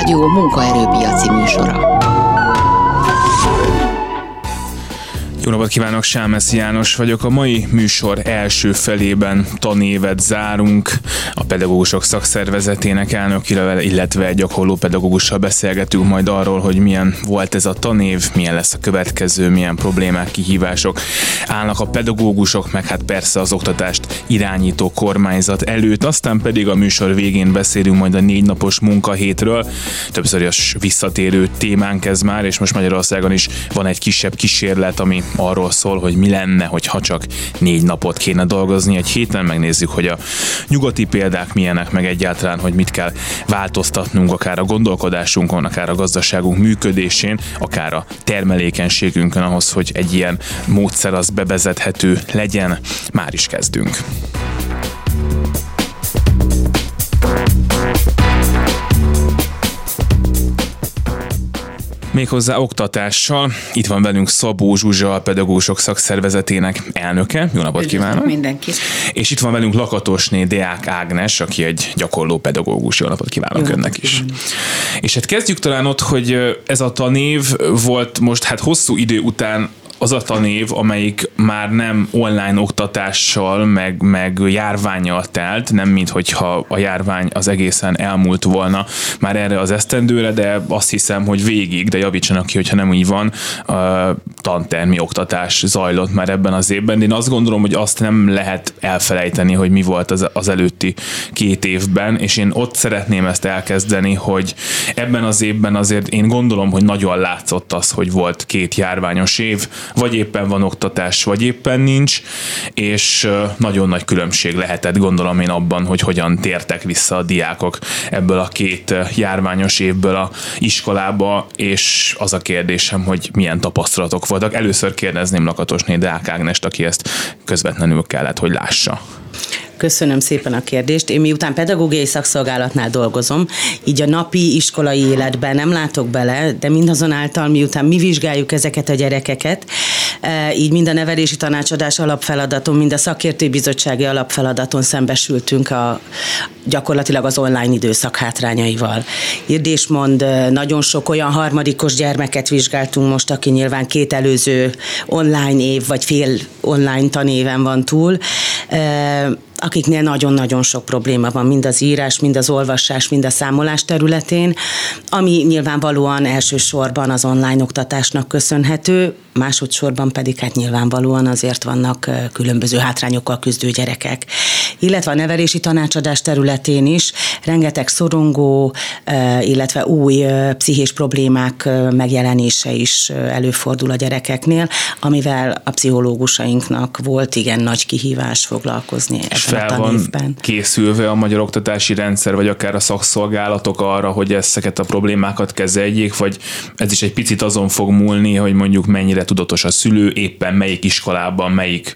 Rádió munkaerőpiaci műsora. Jó napot kívánok, Sámeszi János vagyok. A mai műsor első felében tanévet zárunk. A pedagógusok szakszervezetének elnökével, illetve egy gyakorló pedagógussal beszélgetünk majd arról, hogy milyen volt ez a tanév, milyen lesz a következő, milyen problémák, kihívások állnak a pedagógusok, meg hát persze az oktatást irányító kormányzat előtt. Aztán pedig a műsor végén beszélünk majd a 4 napos munkahétről. Többször is visszatérő témánk ez már, és most Magyarországon is van egy kisebb kísérlet, ami arról szól, hogy mi lenne, hogyha csak 4 napot kéne dolgozni egy héten. Megnézzük, hogy a nyugati példák milyenek, meg egyáltalán, hogy mit kell változtatnunk, akár a gondolkodásunkon, akár a gazdaságunk működésén, akár a termelékenységünkön ahhoz, hogy egy ilyen módszer az bevezethető legyen. Már is kezdünk. Méghozzá oktatással. Itt van velünk Szabó Zsuzsa, a pedagógusok szakszervezetének elnöke. Jó napot kívánok! Mindenki. És itt van velünk Lakatosné Deák Ágnes, aki egy gyakorló pedagógus. Jó napot kívánok önnek is! És hát kezdjük talán ott, hogy ez a tanév volt most hosszú idő után az a tanév, amelyik már nem online oktatással, meg járvánnyal telt, nem minthogyha a járvány az egészen elmúlt volna már erre az esztendőre, de azt hiszem, hogy végig, de javítsanak ki, hogyha nem így van, tantermi oktatás zajlott már ebben az évben. Én azt gondolom, hogy azt nem lehet elfelejteni, hogy mi volt az előtti 2 évben, és én ott szeretném ezt elkezdeni, hogy ebben az évben azért én gondolom, hogy nagyon látszott az, hogy volt 2 járványos év, vagy éppen van oktatás, vagy éppen nincs, és nagyon nagy különbség lehetett, gondolom én, abban, hogy hogyan tértek vissza a diákok ebből a 2 járványos évből a iskolába, és az a kérdésem, hogy milyen tapasztalatok voltak. Először kérdezném Lakatosné Deák Ágnest, aki ezt közvetlenül kellett, hogy lássa. Köszönöm szépen a kérdést. Én miután pedagógiai szakszolgálatnál dolgozom, így a napi iskolai életben nem látok bele, de mindazonáltal miután mi vizsgáljuk ezeket a gyerekeket, így mind a nevelési tanácsadás alapfeladaton, mind a szakértői bizottsági alapfeladaton szembesültünk gyakorlatilag az online időszak hátrányaival. Irdésmond, nagyon sok olyan harmadikos gyermeket vizsgáltunk most, aki nyilván 2 előző online év, vagy fél online tanéven van túl, akiknél nagyon-nagyon sok probléma van, mind az írás, mind az olvasás, mind a számolás területén, ami nyilvánvalóan elsősorban az online oktatásnak köszönhető, másodszorban pedig nyilvánvalóan azért vannak különböző hátrányokkal küzdő gyerekek. Illetve a nevelési tanácsadás területén is rengeteg szorongó, illetve új pszichés problémák megjelenése is előfordul a gyerekeknél, amivel a pszichológusainknak volt igen nagy kihívás foglalkozni ebben a tanévben. Van készülve a magyar oktatási rendszer, vagy akár a szakszolgálatok arra, hogy ezeket a problémákat kezeljék, vagy ez is egy picit azon fog múlni, hogy mondjuk mennyire tudatos a szülő, éppen melyik iskolában, melyik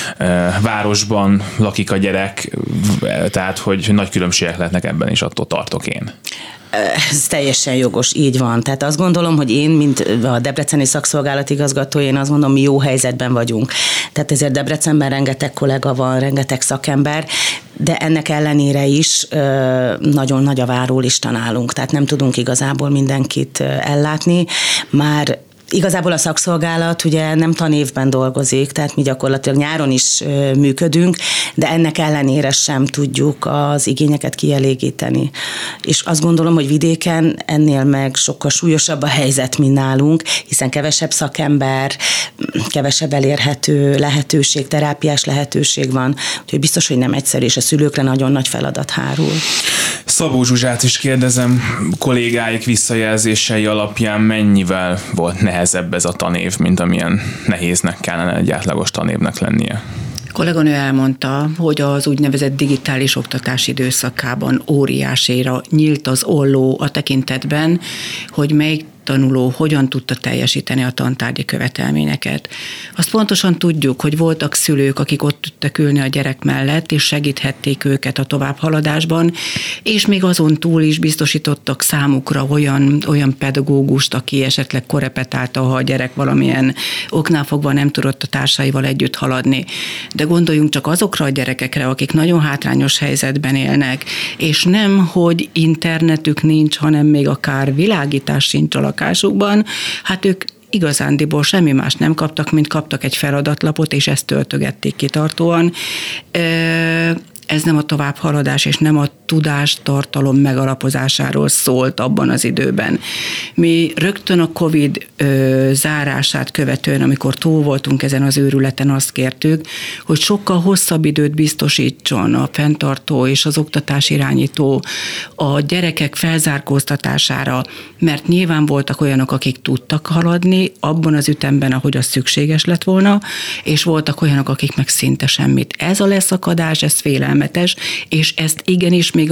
városban lakik a gyerek, tehát hogy nagy különbségek lehetnek ebben is, attól tartok én. Ez teljesen jogos, így van. Tehát azt gondolom, hogy én, mint a Debreceni szakszolgálat igazgatója, én azt mondom, mi jó helyzetben vagyunk. Tehát ezért Debrecenben rengeteg kollega van, rengeteg szakember, de ennek ellenére is nagyon nagy a várólista nálunk. Tehát nem tudunk igazából mindenkit ellátni. Már igazából a szakszolgálat ugye nem tanévben dolgozik, tehát mi gyakorlatilag nyáron is működünk, de ennek ellenére sem tudjuk az igényeket kielégíteni. És azt gondolom, hogy vidéken ennél meg sokkal súlyosabb a helyzet, mint nálunk, hiszen kevesebb szakember, kevesebb elérhető lehetőség, terápiás lehetőség van, úgyhogy biztos, hogy nem egyszerű, és a szülőkre nagyon nagy feladat hárul. Szabó Zsuzsát is kérdezem, kollégáik visszajelzései alapján mennyivel volt nehezebb ez a tanév, mint amilyen nehéznek kellene egy átlagos tanévnek lennie? Kolléganő elmondta, hogy az úgynevezett digitális oktatás időszakában óriásira nyílt az olló a tekintetben, hogy melyik tanuló hogyan tudta teljesíteni a tantárgyi követelményeket. Azt pontosan tudjuk, hogy voltak szülők, akik ott tudtak ülni a gyerek mellett, és segíthették őket a továbbhaladásban, és még azon túl is biztosítottak számukra olyan pedagógust, aki esetleg korrepetálta, ha a gyerek valamilyen oknál fogva nem tudott a társaival együtt haladni. De gondoljunk csak azokra a gyerekekre, akik nagyon hátrányos helyzetben élnek, és nem, hogy internetük nincs, hanem még akár világítás sincs a lakásukban, hát ők igazándiból semmi más nem kaptak, mint kaptak egy feladatlapot, és ezt töltögették kitartóan. Ez nem a továbbhaladás, és nem a tudástartalom megalapozásáról szólt abban az időben. Mi rögtön a Covid zárását követően, amikor túl voltunk ezen az őrületen, azt kértük, hogy sokkal hosszabb időt biztosítson a fenntartó és az oktatás irányító a gyerekek felzárkóztatására, mert nyilván voltak olyanok, akik tudtak haladni abban az ütemben, ahogy az szükséges lett volna, és voltak olyanok, akik meg szinte semmit. Ez a leszakadás, ez félelmetes, és ezt igenis még a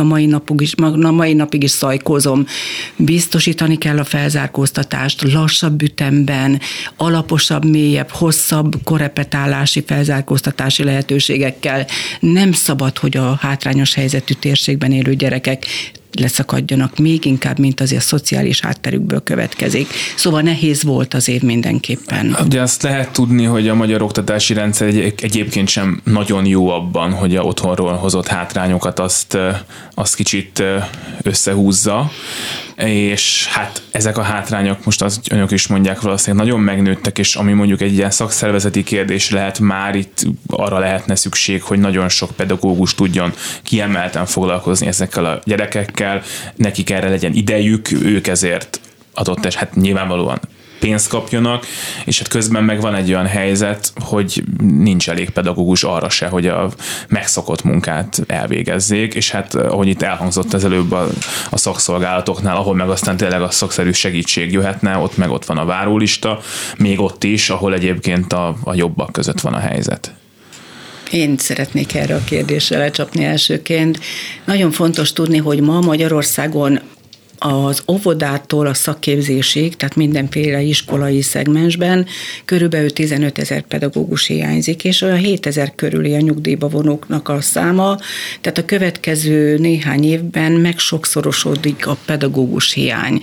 mai napig is szajkózom. Biztosítani kell a felzárkóztatást lassabb ütemben, alaposabb, mélyebb, hosszabb korrepetálási, felzárkóztatási lehetőségekkel. Nem szabad, hogy a hátrányos helyzetű térségben élő gyerekek leszakadjanak, még inkább, mint azért a szociális hátterükből következik. Szóval nehéz volt az év mindenképpen. Ugye azt lehet tudni, hogy a magyar oktatási rendszer egyébként sem nagyon jó abban, hogy a otthonról hozott hátrányokat azt kicsit összehúzza, és hát ezek a hátrányok, most az önök is mondják, valószínűleg nagyon megnőttek, és ami mondjuk egy ilyen szakszervezeti kérdés lehet, már itt arra lehetne szükség, hogy nagyon sok pedagógus tudjon kiemelten foglalkozni ezekkel a gyerekekkel, nekik erre legyen idejük, ők ezért adott, hát nyilvánvalóan pénzt kapjanak, és hát közben meg van egy olyan helyzet, hogy nincs elég pedagógus arra se, hogy a megszokott munkát elvégezzék, és hát ahogy itt elhangzott az előbb a szakszolgálatoknál, ahol meg aztán tényleg a szakszerű segítség jöhetne, ott van a várólista, még ott is, ahol egyébként a jobbak között van a helyzet. Én szeretnék erre a kérdésre lecsapni elsőként. Nagyon fontos tudni, hogy ma Magyarországon az óvodától a szakképzésig, tehát mindenféle iskolai szegmensben körülbelül 15 000 pedagógus hiányzik, és olyan 7 000 körüli a nyugdíjba vonóknak a száma, tehát a következő néhány évben megsokszorosodik a pedagógus hiány.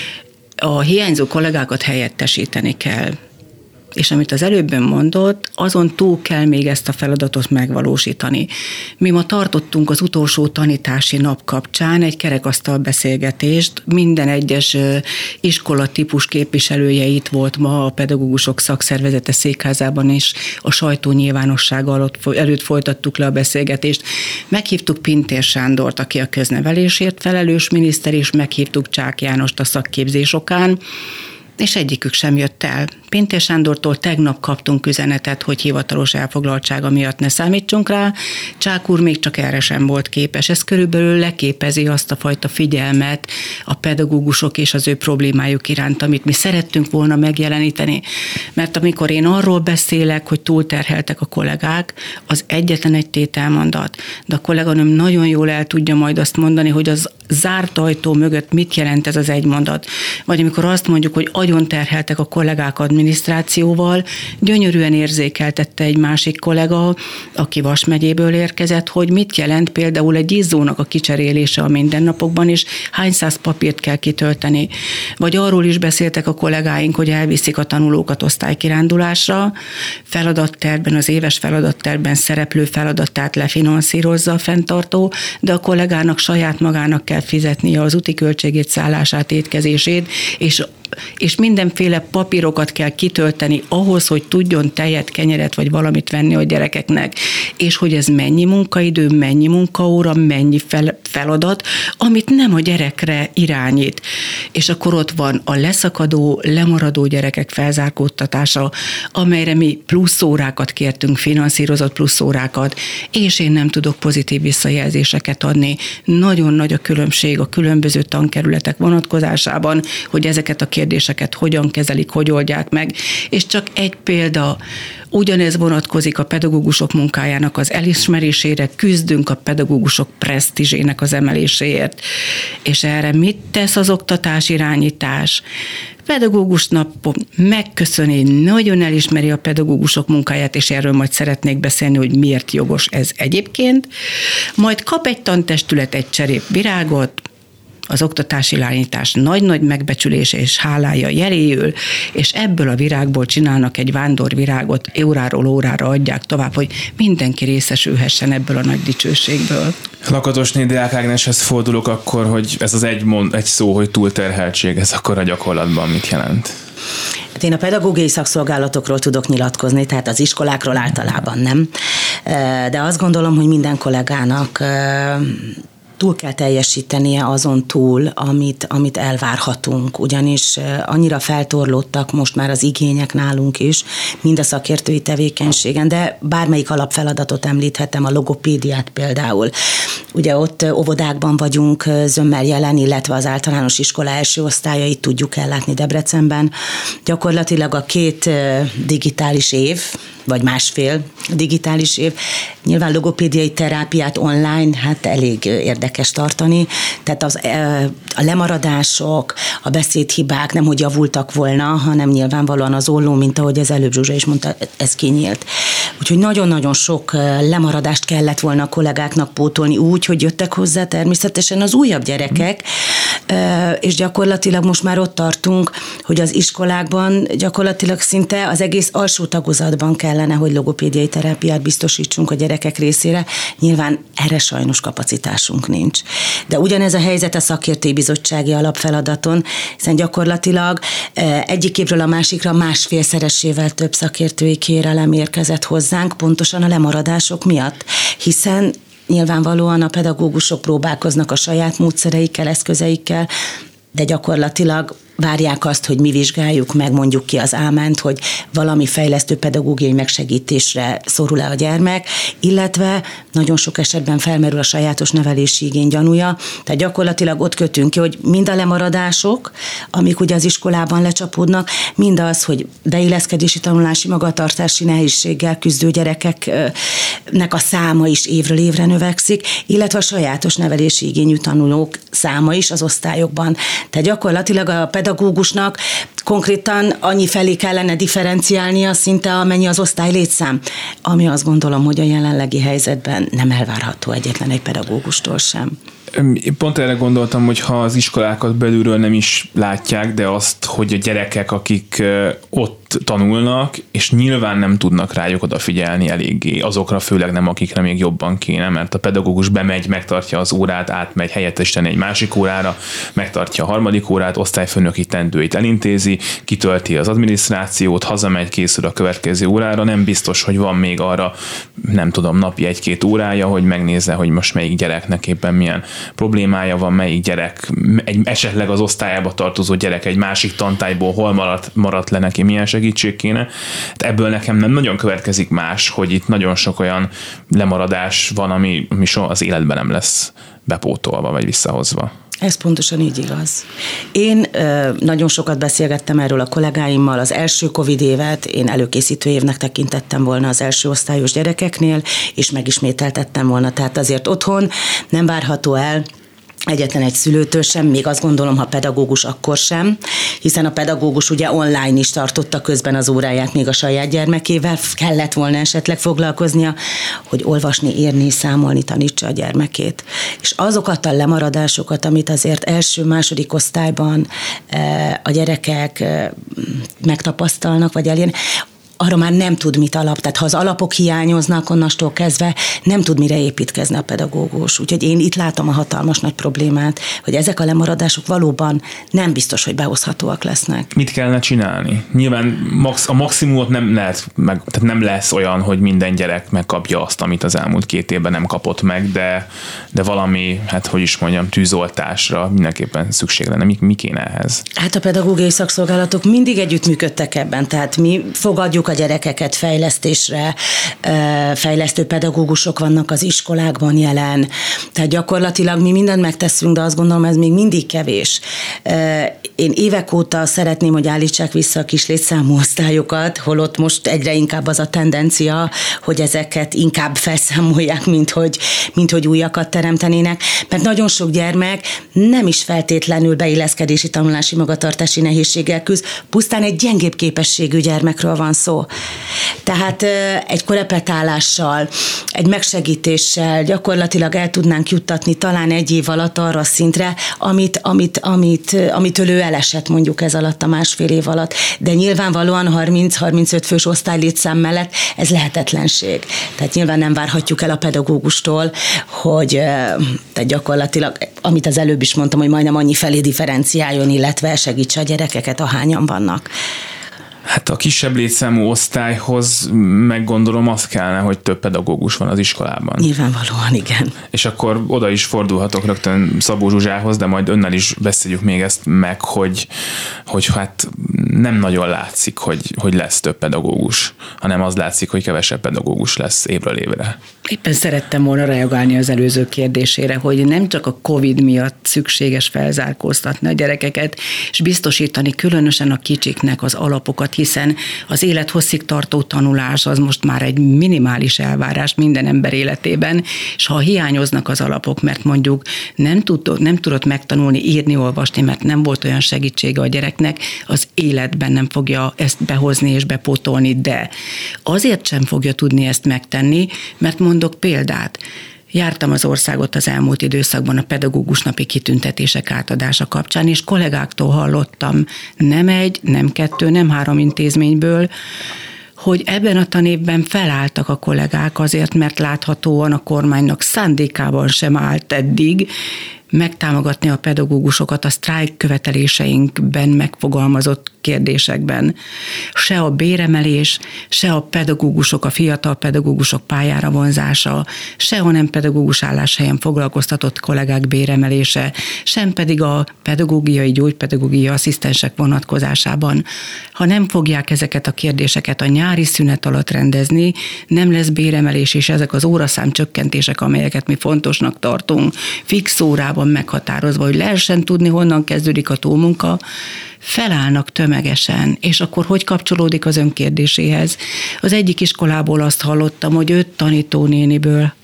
A hiányzó kollégákat helyettesíteni kell. És amit az előbb mondott, azon túl kell még ezt a feladatot megvalósítani. Mi ma tartottunk az utolsó tanítási nap kapcsán egy kerekasztal beszélgetést, minden egyes iskola típus képviselője itt volt ma a pedagógusok szakszervezete székházában, és a sajtó nyilvánossága előtt folytattuk le a beszélgetést. Meghívtuk Pintér Sándort, aki a köznevelésért felelős miniszter, és meghívtuk Csák Jánost a szakképzés okán, és egyikük sem jött el. Pintér Sándortól tegnap kaptunk üzenetet, hogy hivatalos elfoglaltsága miatt ne számítsunk rá. Csák úr még csak erre sem volt képes. Ez körülbelül leképezi azt a fajta figyelmet a pedagógusok és az ő problémájuk iránt, amit mi szerettünk volna megjeleníteni. Mert amikor én arról beszélek, hogy túlterheltek a kollégák, az egyetlen egy tételmondat. De a kolléganőm nagyon jól el tudja majd azt mondani, hogy az zárt ajtó mögött mit jelent ez az egy mondat. Vagy amikor azt mondjuk, hogy agyon terheltek a kollégák adminisztrációval, gyönyörűen érzékeltette egy másik kollega, aki Vas megyéből érkezett, hogy mit jelent például egy izzónak a kicserélése a mindennapokban is, hány száz papírt kell kitölteni. Vagy arról is beszéltek a kollégáink, hogy elviszik a tanulókat osztálykirándulásra, feladattervben, az éves feladattervben szereplő feladatát lefinanszírozza a fenntartó, de a kollégának saját magának kell fizetnie az úti költségét, szállását, étkezését, és mindenféle papírokat kell kitölteni ahhoz, hogy tudjon tejet, kenyeret vagy valamit venni a gyerekeknek, és hogy ez mennyi munkaidő, mennyi munkaóra, mennyi feladat, amit nem a gyerekre irányít. És akkor ott van a leszakadó, lemaradó gyerekek felzárkóztatása, amelyre mi plusz órákat kértünk, finanszírozott plusz órákat, és én nem tudok pozitív visszajelzéseket adni. Nagyon nagy a különbség a különböző tankerületek vonatkozásában, hogy ezeket a kérdéseket hogyan kezelik, hogy oldják meg. És csak egy példa, Ugyanez vonatkozik a pedagógusok munkájának az elismerésére, küzdünk a pedagógusok presztízsének az emeléséért. És erre mit tesz az oktatásirányítás? Pedagógus napon megköszöni, nagyon elismeri a pedagógusok munkáját, és erről majd szeretnék beszélni, hogy miért jogos ez egyébként. Majd kap egy tantestület egy cserép virágot, az oktatási irányítás nagy-nagy megbecsülése és hálája jeléül, és ebből a virágból csinálnak egy vándorvirágot, óráról órára adják tovább, hogy mindenki részesülhessen ebből a nagy dicsőségből. Lakatosné Deák Ágneshez fordulok akkor, hogy ez az egy szó, hogy túlterheltség, ez akkor a gyakorlatban mit jelent? Hát én a pedagógiai szakszolgálatokról tudok nyilatkozni, tehát az iskolákról általában nem. De azt gondolom, hogy minden kollégának túl kell teljesítenie azon túl, amit elvárhatunk, ugyanis annyira feltorlódtak most már az igények nálunk is, mind a szakértői tevékenységen, de bármelyik alapfeladatot említhetem, a logopédiát például. Ugye ott óvodákban vagyunk zömmel jelen, illetve az általános iskola első osztályait tudjuk ellátni Debrecenben. Gyakorlatilag a 2 digitális év, vagy másfél digitális év. Nyilván logopédiai terápiát online, hát elég érdekes tartani. Tehát a lemaradások, a beszédhibák nem hogy javultak volna, hanem nyilvánvalóan az olló, mint ahogy az előbb Zsuzsa is mondta, ez kinyílt. Úgyhogy nagyon-nagyon sok lemaradást kellett volna a kollégáknak pótolni úgy, hogy jöttek hozzá természetesen az újabb gyerekek, és gyakorlatilag most már ott tartunk, hogy az iskolákban gyakorlatilag szinte az egész alsó tagozatban kellene, hogy logopédiai terápiát biztosítsunk a gyerekek részére. Nyilván erre sajnos kapacitásunk nincs. De ugyanez a helyzet a szakértői bizottsági alapfeladaton, hiszen gyakorlatilag egyik évről a másikra 1,5-szeresével több szakértői kérelem érkezett hozzánk, pontosan a lemaradások miatt, hiszen nyilvánvalóan a pedagógusok próbálkoznak a saját módszereikkel, eszközeikkel, de gyakorlatilag várják azt, hogy mi vizsgáljuk meg, mondjuk ki az áment, hogy valami fejlesztő pedagógiai megsegítésre szorul-e a gyermek, illetve nagyon sok esetben felmerül a sajátos nevelési igény gyanúja, tehát gyakorlatilag ott kötünk ki, hogy mind a lemaradások, amik ugye az iskolában lecsapódnak, mind az, hogy beilleszkedési tanulási magatartási nehézséggel küzdő gyerekeknek a száma is évről évre növekszik, illetve a sajátos nevelési igényű tanulók száma is az osztályokban. Tehát gyakorlatilag a pedagógusnak konkrétan annyi felé kellene differenciálnia szinte, amennyi az osztály létszám, ami azt gondolom, hogy a jelenlegi helyzetben nem elvárható egyetlen egy pedagógustól sem. Pont erre gondoltam, hogy ha az iskolákat belülről nem is látják, de azt, hogy a gyerekek, akik ott tanulnak, és nyilván nem tudnak rájuk odafigyelni eléggé, azokra főleg nem, akikre még jobban kéne, mert a pedagógus bemegy, megtartja az órát, átmegy helyettesíteni egy másik órára, megtartja a harmadik órát, osztályfőnöki teendőit elintézi, kitölti az adminisztrációt, hazamegy, készül a következő órára, nem biztos, hogy van még arra, nem tudom, napi 1-2 órája, hogy megnézze, hogy most melyik gyereknek éppen milyen problémája van, melyik gyerek, esetleg az osztályába tartozó gyerek egy másik tantárgyból hol maradt le neki, milyen segítség kéne. Ebből nekem nem nagyon következik más, hogy itt nagyon sok olyan lemaradás van, ami soha az életben nem lesz bepótolva vagy visszahozva. Ez pontosan így igaz. Én nagyon sokat beszélgettem erről a kollégáimmal, az első Covid évet én előkészítő évnek tekintettem volna az első osztályos gyerekeknél, és megismételtettem volna, tehát azért otthon nem várható el egyetlen egy szülőtől sem, még azt gondolom, ha pedagógus, akkor sem, hiszen a pedagógus ugye online is tartotta közben az óráját még a saját gyermekével, kellett volna esetleg foglalkoznia, hogy olvasni, írni, számolni tanítsa a gyermekét. És azokat a lemaradásokat, amit azért első-második osztályban a gyerekek megtapasztalnak, vagy elérni, arra már nem tud mit tehát ha az alapok hiányoznak, onnastól kezdve nem tud mire építkezni a pedagógus. Úgyhogy én itt látom a hatalmas nagy problémát, hogy ezek a lemaradások valóban nem biztos, hogy behozhatóak lesznek. Mit kellene csinálni? Nyilván a maximumot nem lehet tehát nem lesz olyan, hogy minden gyerek megkapja azt, amit az elmúlt 2 évben nem kapott meg, de valami, hát hogy is mondjam, tűzoltásra mindenképpen szükség lenne. Mi kéne ehhez? Hát a pedagógiai szakszolgálatok mindig együttműködtek ebben, tehát mi fogadjuk a gyerekeket fejlesztésre, fejlesztő pedagógusok vannak az iskolákban jelen, tehát gyakorlatilag mi mindent megteszünk, de azt gondolom, ez még mindig kevés. Én évek óta szeretném, hogy állítsák vissza a kis létszámú osztályokat, holott most egyre inkább az a tendencia, hogy ezeket inkább felszámolják, mint hogy újakat teremtenének, mert nagyon sok gyermek nem is feltétlenül beilleszkedési, tanulási, magatartási nehézséggel küzd, pusztán egy gyengébb képességű gyermekről van szó. Tehát egy korepetálással, egy megsegítéssel gyakorlatilag el tudnánk juttatni talán egy év alatt arra a szintre, amitől ő elesett mondjuk ez alatt a másfél év alatt. De nyilvánvalóan 30-35 fős osztálylétszám mellett ez lehetetlenség. Tehát nyilván nem várhatjuk el a pedagógustól, hogy tehát gyakorlatilag, amit az előbb is mondtam, hogy majdnem annyi felé differenciáljon, illetve segítse a gyerekeket, ahányan vannak. Hát a kisebb létszámú osztályhoz meggondolom azt kellene, hogy több pedagógus van az iskolában. Nyilvánvalóan, igen. És akkor oda is fordulhatok rögtön Szabó Zsuzsához, de majd önnel is beszéljük még ezt meg, hogy hát nem nagyon látszik, hogy lesz több pedagógus, hanem az látszik, hogy kevesebb pedagógus lesz évről évre. Éppen szerettem volna reagálni az előző kérdésére, hogy nem csak a Covid miatt szükséges felzárkóztatni a gyerekeket, és biztosítani különösen a kicsiknek az alapokat, hiszen az élethosszig tartó tanulás az most már egy minimális elvárás minden ember életében, és ha hiányoznak az alapok, mert mondjuk nem tudott megtanulni írni, olvasni, mert nem volt olyan segítsége a gyereknek, az életben nem fogja ezt behozni és bepótolni, de azért sem fogja tudni ezt megtenni, mert mondok példát. Jártam az országot az elmúlt időszakban a pedagógus napi kitüntetések átadása kapcsán, és kollégáktól hallottam, nem egy, nem kettő, nem 3 intézményből, hogy ebben a tanévben felálltak a kollégák azért, mert láthatóan a kormánynak szándékában sem állt eddig megtámogatni a pedagógusokat a sztrájk követeléseinkben megfogalmazott kérdésekben. Se a béremelés, se a pedagógusok, a fiatal pedagógusok pályára vonzása, se a nem pedagógus álláshelyen foglalkoztatott kollégák béremelése, sem pedig a pedagógiai, gyógypedagógiai asszisztensek vonatkozásában. Ha nem fogják ezeket a kérdéseket a nyári szünet alatt rendezni, nem lesz béremelés, és ezek az óraszám csökkentések, amelyeket mi fontosnak tartunk, fix órában meghatározva, hogy lehessen tudni, honnan kezdődik a túlmunka, felállnak tömegesen, és akkor hogy kapcsolódik az ön kérdéséhez? Az egyik iskolából azt hallottam, hogy 5 tanítónéniből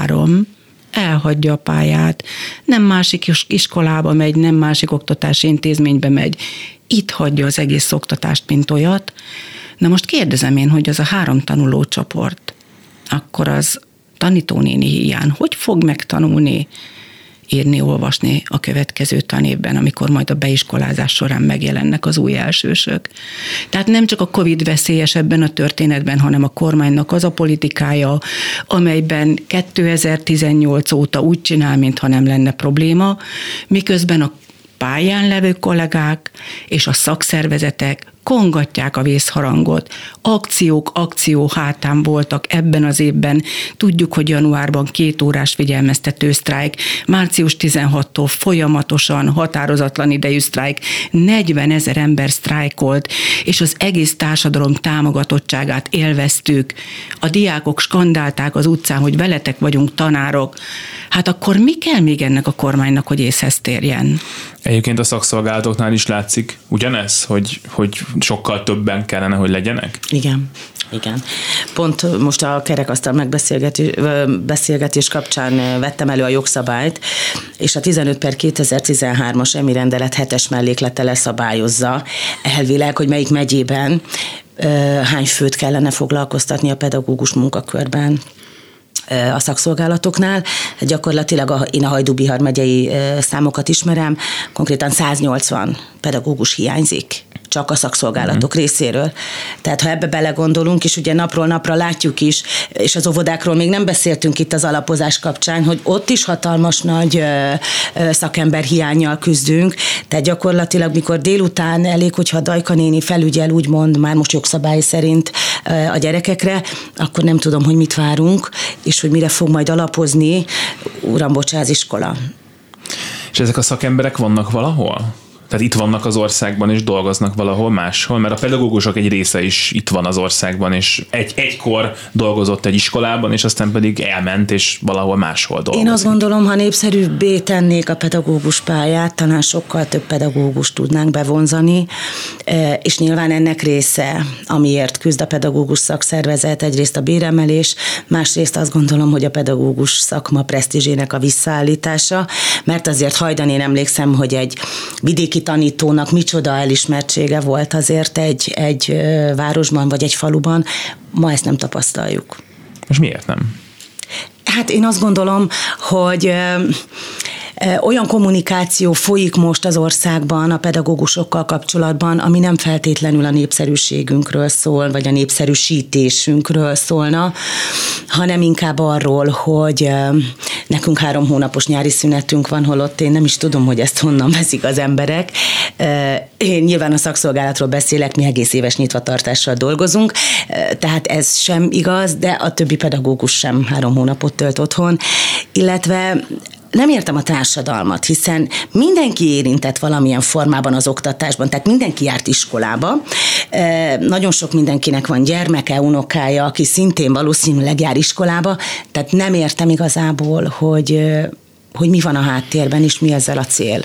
3 elhagyja a pályát, nem másik iskolába megy, nem másik oktatási intézménybe megy, itt hagyja az egész oktatást, mint olyat. Na most kérdezem én, hogy az a 3 tanulócsoport, akkor az tanítónéni hiány hogy fog megtanulni írni, olvasni a következő tanévben, amikor majd a beiskolázás során megjelennek az új elsősök. Tehát nem csak a Covid veszélyes ebben a történetben, hanem a kormánynak az a politikája, amelyben 2018 óta úgy csinál, mintha nem lenne probléma, miközben a pályán levő kollégák és a szakszervezetek kongatják a vészharangot. Akció hátán voltak ebben az évben. Tudjuk, hogy januárban 2 órás figyelmeztető sztrájk, március 16-tól folyamatosan határozatlan idejű sztrájk, 40 000 ember sztrájkolt, és az egész társadalom támogatottságát élveztük. A diákok skandálták az utcán, hogy veletek vagyunk tanárok. Hát akkor mi kell még ennek a kormánynak, hogy észhez térjen? Egyébként a szakszolgálatoknál is látszik ugyanez, hogy sokkal többen kellene, hogy legyenek? Igen. Pont most a kerekasztal beszélgetés kapcsán vettem elő a jogszabályt, és a 15/2013-as EMI rendelet 7-es melléklete leszabályozza elvileg, hogy melyik megyében hány főt kellene foglalkoztatni a pedagógus munkakörben a szakszolgálatoknál. Gyakorlatilag én a Hajdú-Bihar megyei számokat ismerem, konkrétan 180 pedagógus hiányzik csak a szakszolgálatok részéről. Tehát ha ebbe belegondolunk, és ugye napról napra látjuk is, és az óvodákról még nem beszéltünk itt az alapozás kapcsán, hogy ott is hatalmas nagy szakember hiánnyal küzdünk, tehát gyakorlatilag mikor délután elég, hogyha a Dajka néni felügyel, úgymond már most jogszabály szerint a gyerekekre, akkor nem tudom, hogy mit várunk, és hogy mire fog majd alapozni, uram, bocsánat, iskola. És ezek a szakemberek vannak valahol? Tehát itt vannak az országban, és dolgoznak valahol máshol, mert a pedagógusok egy része is itt van az országban, és egykor dolgozott egy iskolában, és aztán pedig elment, és valahol máshol dolgozik. Én azt gondolom, ha népszerűbbé tennék a pedagógus pályát, talán sokkal több pedagógust tudnánk bevonzani, és nyilván ennek része, amiért küzd a pedagógus szakszervezet, egyrészt a béremelés, másrészt azt gondolom, hogy a pedagógus szakma presztízsének a visszaállítása, mert azért hajdan én emlékszem, hogy egy vidéki tanítónak micsoda elismertsége volt azért egy városban vagy egy faluban, ma ezt nem tapasztaljuk. És miért nem? Hát én azt gondolom, hogy olyan kommunikáció folyik most az országban a pedagógusokkal kapcsolatban, ami nem feltétlenül a népszerűségünkről szól, vagy a népszerűsítésünkről szólna, hanem inkább arról, hogy nekünk 3 hónapos nyári szünetünk van, holott én nem is tudom, hogy ezt honnan veszik az emberek. Én nyilván a szakszolgálatról beszélek, mi egész éves nyitvatartással dolgozunk, tehát ez sem igaz, de a többi pedagógus sem 3 hónapot tölt otthon, illetve nem értem a társadalmat, hiszen mindenki érintett valamilyen formában az oktatásban, tehát mindenki járt iskolába, nagyon sok mindenkinek van gyermeke, unokája, aki szintén valószínűleg jár iskolába, tehát nem értem igazából, hogy mi van a háttérben, és mi ezzel a cél.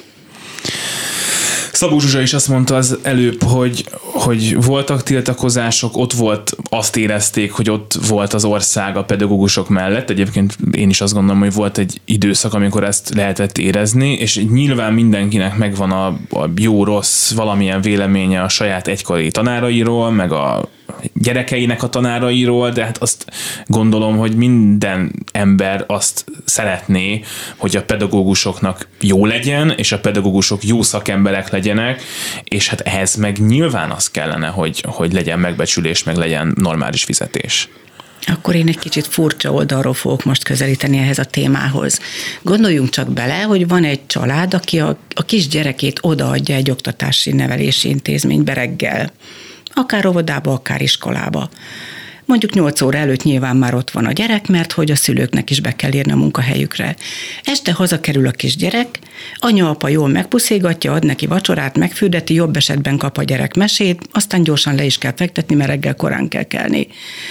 Szabó Zsuzsa is azt mondta az előbb, hogy voltak tiltakozások, ott volt, azt érezték, hogy ott volt az ország a pedagógusok mellett. Egyébként én is azt gondolom, hogy volt egy időszak, amikor ezt lehetett érezni, és nyilván mindenkinek megvan a jó-rossz valamilyen véleménye a saját egykori tanárairól, meg a gyerekeinek a tanárairól, de hát azt gondolom, hogy minden ember azt szeretné, hogy a pedagógusoknak jó legyen, és a pedagógusok jó szakemberek legyenek, és hát ehhez meg nyilván az kellene, hogy legyen megbecsülés, meg legyen normális fizetés. Akkor én egy kicsit furcsa oldalról fogok most közelíteni ehhez a témához. Gondoljunk csak bele, hogy van egy család, aki a kisgyerekét odaadja egy oktatási nevelési intézménybe reggel. Akár óvodába, akár iskolába. Mondjuk 8 óra előtt nyilván már ott van a gyerek, mert hogy a szülőknek is be kell érni a munkahelyükre. Este hazakerül a kisgyerek, anya-apa jól megpuszégatja, ad neki vacsorát, megfürdeti, jobb esetben kap a gyerek mesét, aztán gyorsan le is kell fektetni, mert reggel korán kell kelni.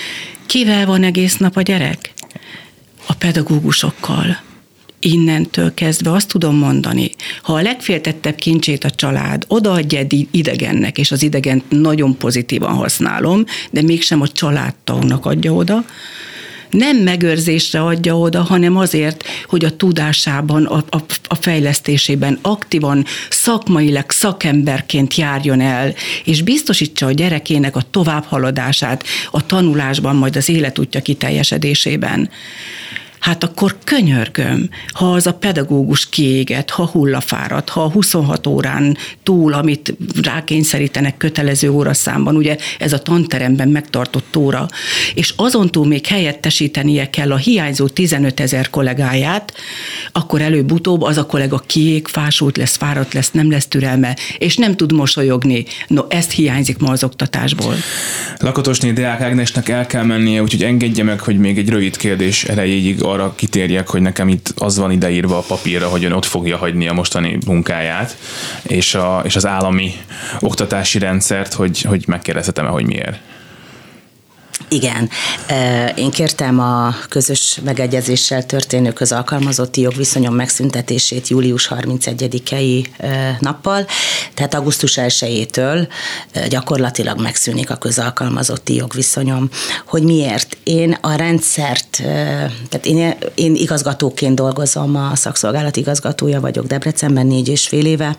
Kivel van egész nap a gyerek? A pedagógusokkal. Innentől kezdve azt tudom mondani, ha a legféltettebb kincsét a család odaadja egy idegennek, és az idegent nagyon pozitívan használom, de mégsem a családtagnak adja oda, nem megőrzésre adja oda, hanem azért, hogy a tudásában, a fejlesztésében aktívan, szakmailag szakemberként járjon el, és biztosítsa a gyerekének a továbbhaladását a tanulásban, majd az életútja kiteljesedésében. Hát akkor könyörgöm, ha az a pedagógus kiéget, ha hullafáradt, ha 26 órán túl, amit rákényszerítenek kötelező óraszámban, ugye ez a tanteremben megtartott óra, és azon túl még helyettesítenie kell a hiányzó 15 000 kollégáját, akkor előbb-utóbb az a kollega kiég, fásult lesz, fáradt lesz, nem lesz türelme, és nem tud mosolyogni. No, ezt hiányzik ma az oktatásból. Lakatosné Deák Ágnesnek el kell mennie, úgyhogy engedje meg, hogy még egy rövid kérdés erejéig arra kitérjek, hogy nekem itt az van ideírva a papírra, hogy ön ott fogja hagyni a mostani munkáját, és az állami oktatási rendszert, hogy megkérdezhetem-e, hogy miért. Igen. Én kértem a közös megegyezéssel történő közalkalmazotti jogviszonyom megszüntetését július 31-i nappal, tehát augusztus 1-től gyakorlatilag megszűnik a közalkalmazotti jogviszonyom. Hogy miért? Én a rendszert, tehát én igazgatóként dolgozom, a szakszolgálat igazgatója vagyok Debrecenben 4,5 éve.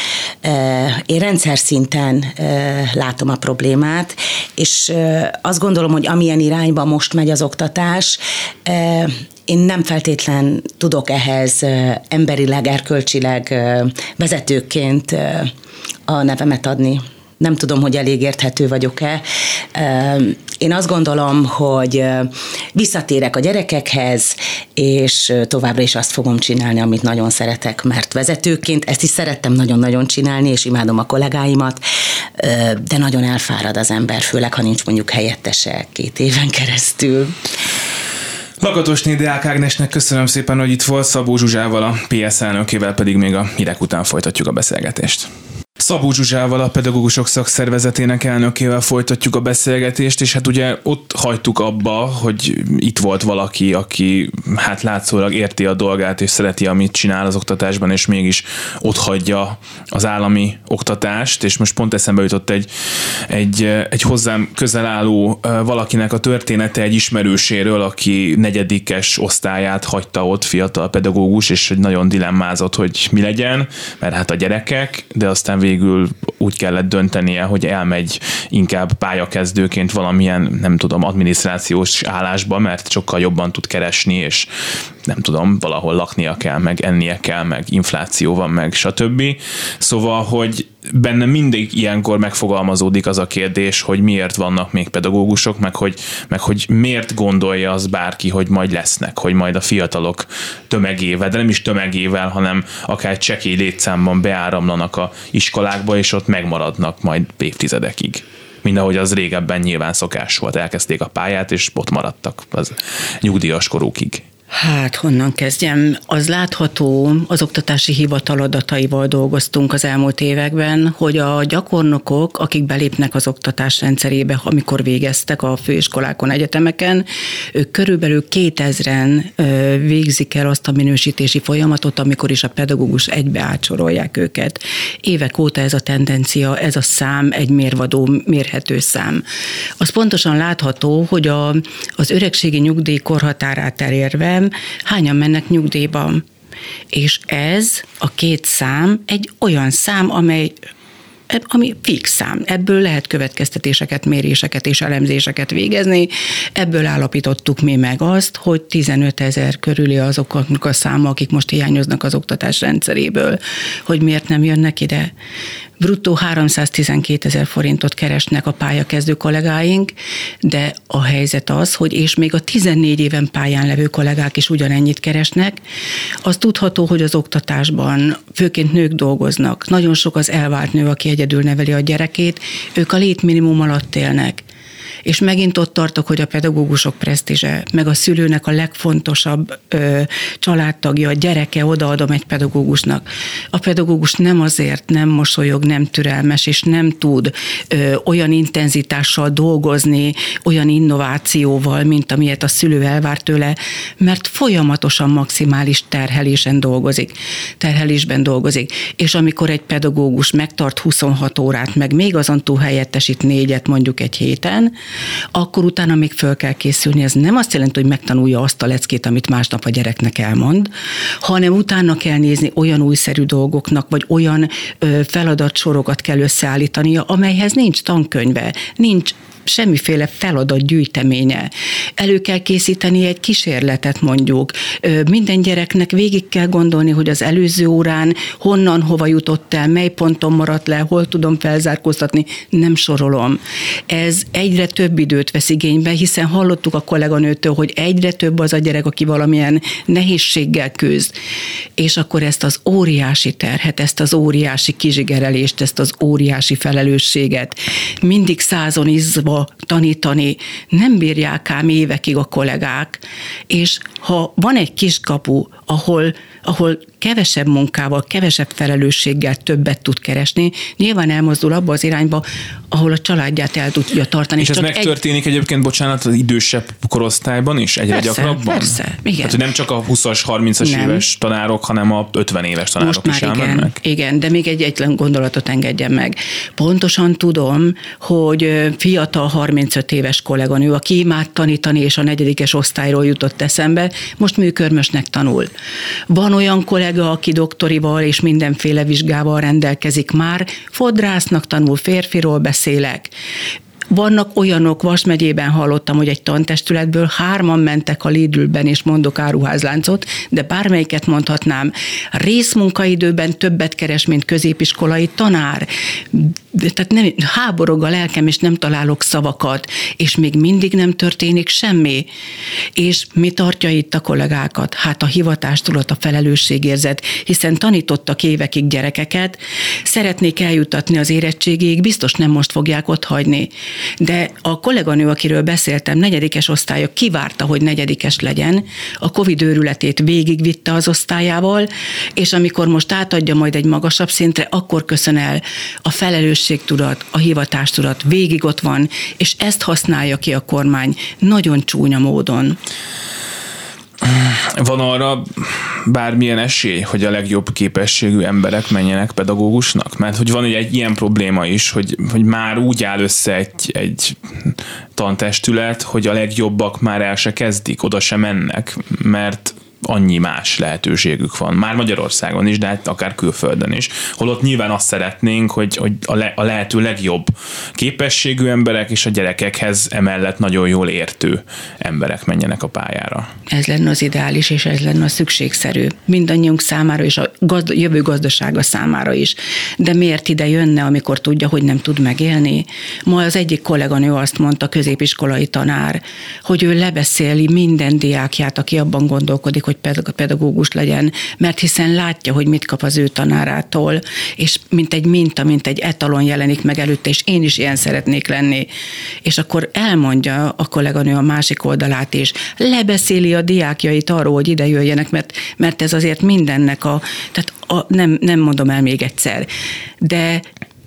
Én rendszer szinten látom a problémát, és azt gondolom, hogy amilyen irányba most megy az oktatás, én nem feltétlen tudok ehhez emberileg, erkölcsileg vezetőként a nevemet adni. Nem tudom, hogy elég érthető vagyok-e. Én azt gondolom, hogy visszatérek a gyerekekhez, és továbbra is azt fogom csinálni, amit nagyon szeretek, mert vezetőként ezt is szerettem nagyon-nagyon csinálni, és imádom a kollégáimat, de nagyon elfárad az ember, főleg, ha nincs mondjuk helyettese 2 éven keresztül. Lakatosné Deák Ágnesnek köszönöm szépen, hogy itt volt, Szabó Zsuzsával, a PS elnökével pedig még a hírek után folytatjuk a beszélgetést. Szabó Zsuzsával, a Pedagógusok Szakszervezetének elnökével folytatjuk a beszélgetést, és hát ugye ott hagytuk abba, hogy itt volt valaki, aki hát látszólag érti a dolgát, és szereti, amit csinál az oktatásban, és mégis ott hagyja az állami oktatást, és most pont eszembe jutott egy hozzám közel álló valakinek a története, egy ismerőséről, aki 4. osztályát hagyta ott, fiatal pedagógus, és nagyon dilemmázott, hogy mi legyen, mert hát a gyerekek, de aztán végül úgy kellett döntenie, hogy elmegy inkább pályakezdőként valamilyen, nem tudom, adminisztrációs állásba, mert sokkal jobban tud keresni, és nem tudom, valahol laknia kell, meg ennie kell, meg infláció van, meg stb. Szóval, hogy benne mindig ilyenkor megfogalmazódik az a kérdés, hogy miért vannak még pedagógusok, meg hogy miért gondolja az bárki, hogy majd lesznek, hogy majd a fiatalok tömegével, de nem is tömegével, hanem akár csekély létszámban beáramlanak a iskolákba, és ott megmaradnak majd évtizedekig. Mind ahogy az régebben nyilván szokás volt. Elkezdték a pályát, és ott maradtak az nyugdíjas korukig. Hát honnan kezdjem? Az látható, az oktatási hivatal adataival dolgoztunk az elmúlt években, hogy a gyakornokok, akik belépnek az oktatás rendszerébe, amikor végeztek a főiskolákon, egyetemeken, ők körülbelül 2000-en végzik el azt a minősítési folyamatot, amikor is a pedagógus egybe átsorolják őket. Évek óta ez a tendencia, ez a szám egy mérvadó, mérhető szám. Az pontosan látható, hogy az öregségi nyugdíj korhatárát elérve hányan mennek nyugdíjba. És ez a 2 szám egy olyan szám, ami fix szám. Ebből lehet következtetéseket, méréseket és elemzéseket végezni. Ebből állapítottuk mi meg azt, hogy 15 000 körüli azoknak a száma, akik most hiányoznak az oktatás rendszeréből, hogy miért nem jönnek ide. Bruttó 312 000 forintot keresnek a pályakezdő kollégáink, de a helyzet az, hogy és még a 14 éven pályán levő kollégák is ugyanennyit keresnek. Az tudható, hogy az oktatásban főként nők dolgoznak. Nagyon sok az elvált nő, aki egyedül neveli a gyerekét, ők a létminimum alatt élnek. És megint ott tartok, hogy a pedagógusok presztízse, meg a szülőnek a legfontosabb családtagja, a gyereke, odaadom egy pedagógusnak. A pedagógus nem azért nem mosolyog, nem türelmes, és nem tud olyan intenzitással dolgozni, olyan innovációval, mint amilyet a szülő elvár tőle, mert folyamatosan maximális terhelésben dolgozik. És amikor egy pedagógus megtart 26 órát, meg még azon túl helyettesít 4-et mondjuk egy héten, akkor utána még föl kell készülni. Ez nem azt jelenti, hogy megtanulja azt a leckét, amit másnap a gyereknek elmond, hanem utána kell nézni olyan újszerű dolgoknak, vagy olyan feladatsorokat kell összeállítania, amelyhez nincs tankönyve, nincs semmiféle feladatgyűjteménye. Elő kell készíteni egy kísérletet mondjuk. Minden gyereknek végig kell gondolni, hogy az előző órán honnan, hova jutott el, mely ponton maradt le, hol tudom felzárkóztatni, nem sorolom. Ez egyre több időt vesz igénybe, hiszen hallottuk a kolléganőtől, hogy egyre több az a gyerek, aki valamilyen nehézséggel küzd. És akkor ezt az óriási terhet, ezt az óriási kizsigerelést, ezt az óriási felelősséget mindig százon izzva tanítani, nem bírják ám évekig a kollégák, és ha van egy kiskapu, ahol kevesebb munkával, kevesebb felelősséggel többet tud keresni, nyilván elmozdul abba az irányba, ahol a családját el tudja tartani. És ez megtörténik egyébként, bocsánat, az idősebb korosztályban is egyre gyakrabban? Persze, igen. Tehát, hogy nem csak a 20-as, 30-as éves tanárok, hanem a 50 éves tanárok most is elmennek? Igen, de még egyetlen gondolatot engedjen meg. Pontosan tudom, hogy fiatal 35 éves kolléganő, aki imád tanítani, és a 4. osztályról jutott eszembe, most műkörmösnek tanul. Van olyan kollega, aki doktorival és mindenféle vizsgával rendelkezik már, fodrásznak tanul, férfiról beszélek. Vannak olyanok, Vas megyében hallottam, hogy egy tantestületből 3-an mentek a Lidlben, és mondok áruházláncot, de bármelyiket mondhatnám. Részmunkaidőben többet keres, mint középiskolai tanár. Tehát nem, háborog a lelkem, és nem találok szavakat, és még mindig nem történik semmi. És mi tartja itt a kollégákat? Hát a hivatástudat, a felelősségérzet, hiszen tanítottak évekig gyerekeket, szeretnék eljutatni az érettségig, biztos nem most fogják otthagyni. De a kolléganő, akiről beszéltem, 4. osztálya kivárta, hogy 4. legyen, a Covid őrületét végigvitte az osztályával, és amikor most átadja majd egy magasabb szintre, akkor köszön el a felelősségtudat, a hivatástudat, végig ott van, és ezt használja ki a kormány nagyon csúnya módon. Van arra bármilyen esély, hogy a legjobb képességű emberek menjenek pedagógusnak? Mert hogy van egy ilyen probléma is, hogy már úgy áll össze egy tantestület, hogy a legjobbak már el se kezdik, oda se mennek, mert annyi más lehetőségük van. Már Magyarországon is, de hát akár külföldön is. Holott nyilván azt szeretnénk, hogy a lehető legjobb képességű emberek és a gyerekekhez emellett nagyon jól értő emberek menjenek a pályára. Ez lenne az ideális, és ez lenne a szükségszerű. Mindannyiunk számára, és a jövő gazdasága számára is. De miért ide jönne, amikor tudja, hogy nem tud megélni? Ma az egyik kolléganő azt mondta, középiskolai tanár, hogy ő lebeszéli minden diákját, aki abban gondolkodik, hogy pedagógus legyen, mert hiszen látja, hogy mit kap az ő tanárától, és mint egy minta, mint egy etalon jelenik meg előtte, és én is ilyen szeretnék lenni. És akkor elmondja a kolléganő a másik oldalát is, lebeszéli a diákjait arról, hogy ide jöjjenek, mert ez azért mindennek nem mondom el még egyszer, de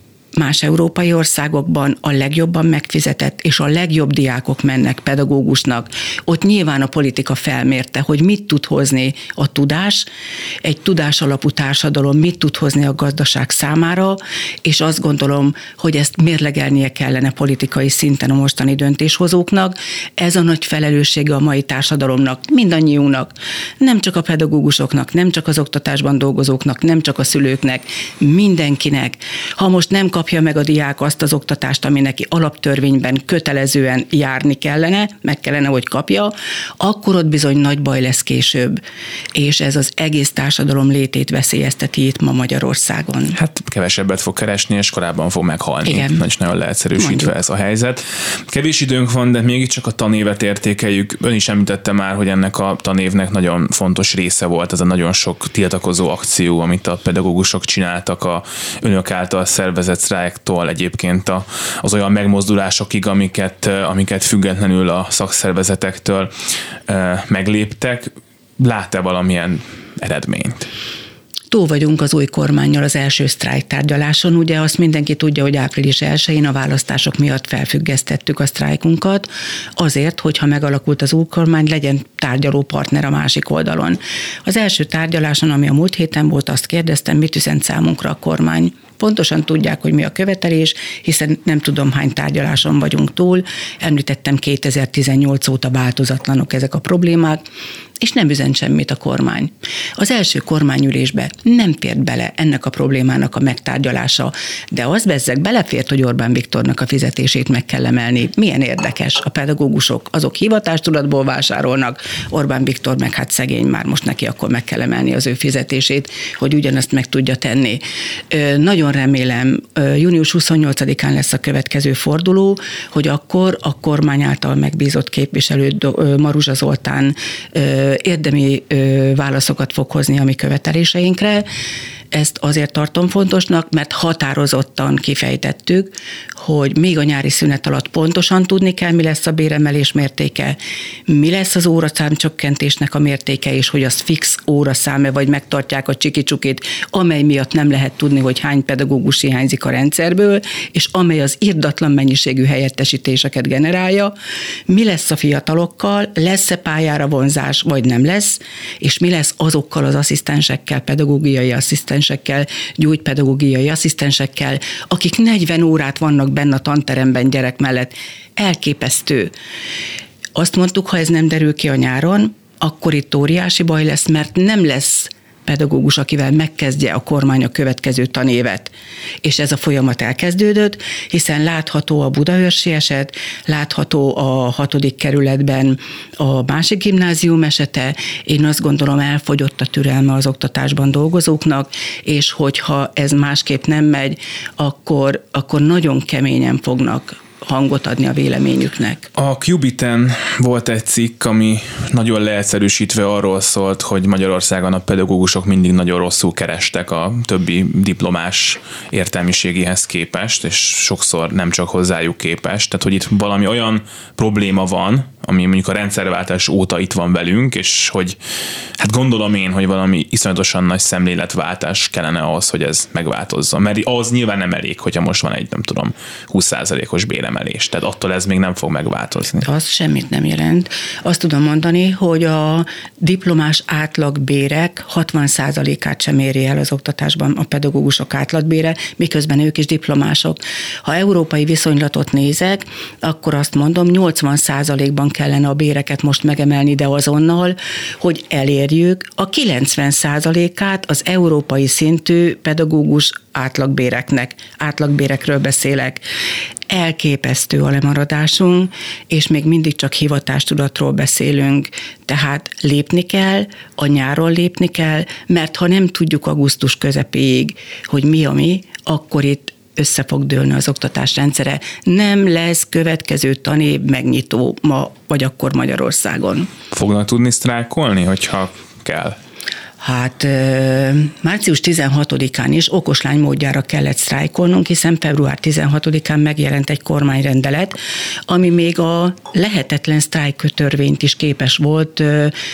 más európai országokban a legjobban megfizetett és a legjobb diákok mennek pedagógusnak. Ott nyilván a politika felmérte, hogy mit tud hozni a tudás, egy tudásalapú társadalom mit tud hozni a gazdaság számára, és azt gondolom, hogy ezt mérlegelnie kellene politikai szinten a mostani döntéshozóknak. Ez a nagy felelőssége a mai társadalomnak, mindannyiunknak, nem csak a pedagógusoknak, nem csak az oktatásban dolgozóknak, nem csak a szülőknek, mindenkinek. Ha most nem kapja meg a diák azt az oktatást, ami neki alaptörvényben kötelezően járni kellene, meg kellene, hogy kapja, akkor ott bizony nagy baj lesz később. És ez az egész társadalom létét veszélyezteti itt ma Magyarországon. Hát kevesebbet fog keresni, és korábban fog meghalni. Igen. Nagyon leegyszerűsítve ez a helyzet. Kevés időnk van, de mégiscsak a tanévet értékeljük. Ön is említette már, hogy ennek a tanévnek nagyon fontos része volt ez a nagyon sok tiltakozó akció, amit a pedagógusok csináltak a önök által szervezett sztrájktól egyébként az olyan megmozdulásokig, amiket függetlenül a szakszervezetektől megléptek. Lát-e valamilyen eredményt? Túl vagyunk az új kormánnyal az első sztrájktárgyaláson. Ugye azt mindenki tudja, hogy április 1-én a választások miatt felfüggesztettük a sztrájkunkat, azért, hogyha megalakult az új kormány, legyen tárgyaló partner a másik oldalon. Az első tárgyaláson, ami a múlt héten volt, azt kérdeztem, mit üzent számunkra a kormány. Pontosan tudják, hogy mi a követelés, hiszen nem tudom, hány tárgyaláson vagyunk túl. Említettem, 2018 óta változatlanok ezek a problémák, és nem üzent semmit a kormány. Az első kormányülésbe nem fért bele ennek a problémának a megtárgyalása, de az bezzeg belefért, hogy Orbán Viktornak a fizetését meg kell emelni. Milyen érdekes, a pedagógusok azok hivatástudatból vásárolnak, Orbán Viktor meg hát szegény, már most neki akkor meg kell emelni az ő fizetését, hogy ugyanazt meg tudja tenni. Nagyon remélem, június 28-án lesz a következő forduló, hogy akkor a kormány által megbízott képviselő Maruzsa Zoltán érdemi válaszokat fog hozni a mi követeléseinkre. Ezt azért tartom fontosnak, mert határozottan kifejtettük, hogy még a nyári szünet alatt pontosan tudni kell, mi lesz a béremelés mértéke, mi lesz az óraszámcsökkentésnek a mértéke, és hogy az fix óraszáme, vagy megtartják a csiki-csukit, amely miatt nem lehet tudni, hogy hány pedagógus hiányzik a rendszerből, és amely az irdatlan mennyiségű helyettesítéseket generálja. Mi lesz a fiatalokkal, lesz-e pályára vonzás, vagy nem lesz, és mi lesz azokkal az asszisztensekkel, pedagógiai asszisztensekkel, gyógypedagógiai asszisztensekkel, akik 40 órát vannak benne a tanteremben gyerek mellett. Elképesztő. Azt mondtuk, ha ez nem derül ki a nyáron, akkor itt óriási baj lesz, mert nem lesz pedagógus, akivel megkezdje a kormány a következő tanévet. És ez a folyamat elkezdődött, hiszen látható a budaörsi eset, látható a 6. kerületben a másik gimnázium esete. Én azt gondolom, elfogyott a türelme az oktatásban dolgozóknak, és hogyha ez másképp nem megy, akkor nagyon keményen fognak hangot adni a véleményüknek. A Qubiten volt egy cikk, ami nagyon leegyszerűsítve arról szólt, hogy Magyarországon a pedagógusok mindig nagyon rosszul kerestek a többi diplomás értelmiségéhez képest, és sokszor nem csak hozzájuk képest. Tehát, hogy itt valami olyan probléma van, ami mondjuk a rendszerváltás óta itt van velünk, és hogy hát gondolom én, hogy valami iszonyatosan nagy szemléletváltás kellene ahhoz, hogy ez megváltozzon. Mert az nyilván nem elég, hogyha most van egy, nem tudom, 20%-os béremelés. Tehát attól ez még nem fog megváltozni. Az semmit nem jelent. Azt tudom mondani, hogy a diplomás átlagbérek 60%-át sem éri el az oktatásban a pedagógusok átlagbére, miközben ők is diplomások. Ha európai viszonylatot nézek, akkor azt mondom, 80%-ban kellene a béreket most megemelni, de azonnal, hogy elérjük a 90%-át az európai szintű pedagógus átlagbérekről beszélek. Elképesztő a lemaradásunk, és még mindig csak hivatástudatról beszélünk. Tehát lépni kell, a nyáron lépni kell, mert ha nem tudjuk augusztus közepéig, hogy mi a mi, akkor itt össze fog dőlni az oktatás rendszere. Nem lesz következő tanév megnyitó ma vagy akkor Magyarországon. Fognak tudni sztrájkolni, hogyha kell? Hát március 16-án is okoslány módjára kellett sztrájkolnunk, hiszen február 16-án megjelent egy kormányrendelet, ami még a lehetetlen sztrájktörvényt is képes volt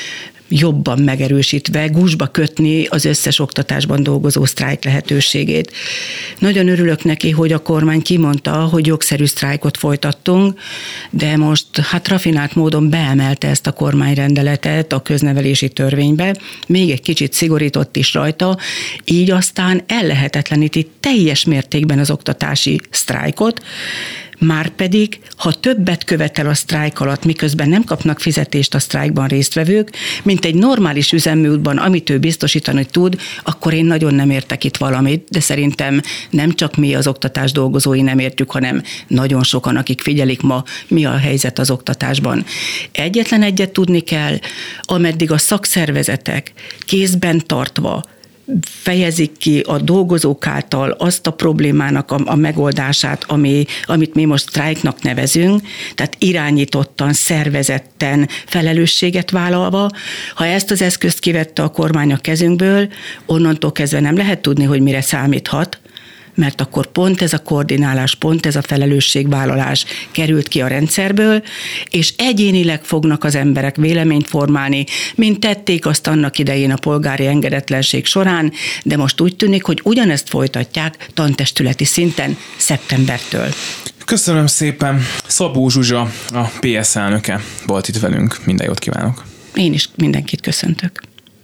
jobban megerősítve, gúzsba kötni az összes oktatásban dolgozó sztrájk lehetőségét. Nagyon örülök neki, hogy a kormány kimondta, hogy jogszerű sztrájkot folytattunk, de most hát rafinált módon beemelte ezt a kormányrendeletet a köznevelési törvénybe, még egy kicsit szigorított is rajta, így aztán ellehetetleníti teljes mértékben az oktatási sztrájkot, márpedig, ha többet követel a sztrájk alatt, miközben nem kapnak fizetést a sztrájkban résztvevők, mint egy normális üzemmódban, amit ő biztosítani tud, akkor én nagyon nem értek itt valamit, de szerintem nem csak mi az oktatás dolgozói nem értjük, hanem nagyon sokan, akik figyelik ma, mi a helyzet az oktatásban. Egyetlen egyet tudni kell, ameddig a szakszervezetek kézben tartva fejezik ki a dolgozók által azt a problémának a megoldását, amit mi most sztrájknak nevezünk, tehát irányítottan, szervezetten, felelősséget vállalva. Ha ezt az eszközt kivette a kormány a kezünkből, onnantól kezdve nem lehet tudni, hogy mire számíthat, mert akkor pont ez a koordinálás, pont ez a felelősségvállalás került ki a rendszerből, és egyénileg fognak az emberek véleményt formálni, mint tették azt annak idején a polgári engedetlenség során, de most úgy tűnik, hogy ugyanezt folytatják tantestületi szinten szeptembertől. Köszönöm szépen. Szabó Zsuzsa, a PS elnöke volt itt velünk. Minden jót kívánok. Én is mindenkit köszöntök.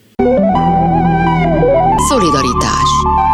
Szolidaritás.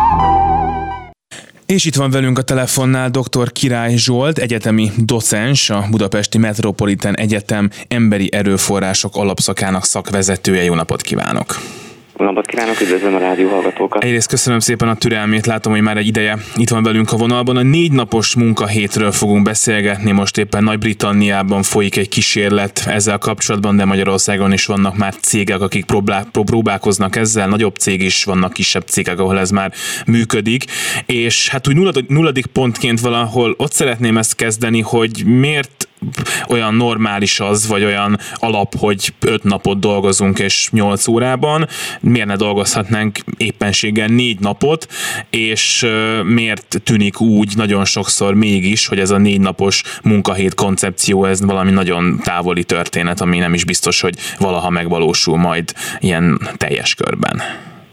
És itt van velünk a telefonnál dr. Király Zsolt, egyetemi docens, a Budapesti Metropolitan Egyetem emberi erőforrások alapszakának szakvezetője. Jó napot kívánok! Jó napot kívánok, üdvözlöm a rádió hallgatókat! Egyrészt köszönöm szépen a türelmét, látom, hogy már egy ideje itt van velünk a vonalban. A 4 napos munkahétről fogunk beszélgetni, most éppen Nagy-Britanniában folyik egy kísérlet ezzel kapcsolatban, de Magyarországon is vannak már cégek, akik próbálkoznak ezzel, nagyobb cég is, vannak kisebb cégek, ahol ez már működik, és hát úgy nulladik pontként valahol ott szeretném ezt kezdeni, hogy miért olyan normális az, vagy olyan alap, hogy 5 napot dolgozunk és 8 órában, miért ne dolgozhatnánk éppenséggel 4 napot, és miért tűnik úgy nagyon sokszor mégis, hogy ez a 4 napos munkahét koncepció, ez valami nagyon távoli történet, ami nem is biztos, hogy valaha megvalósul majd ilyen teljes körben.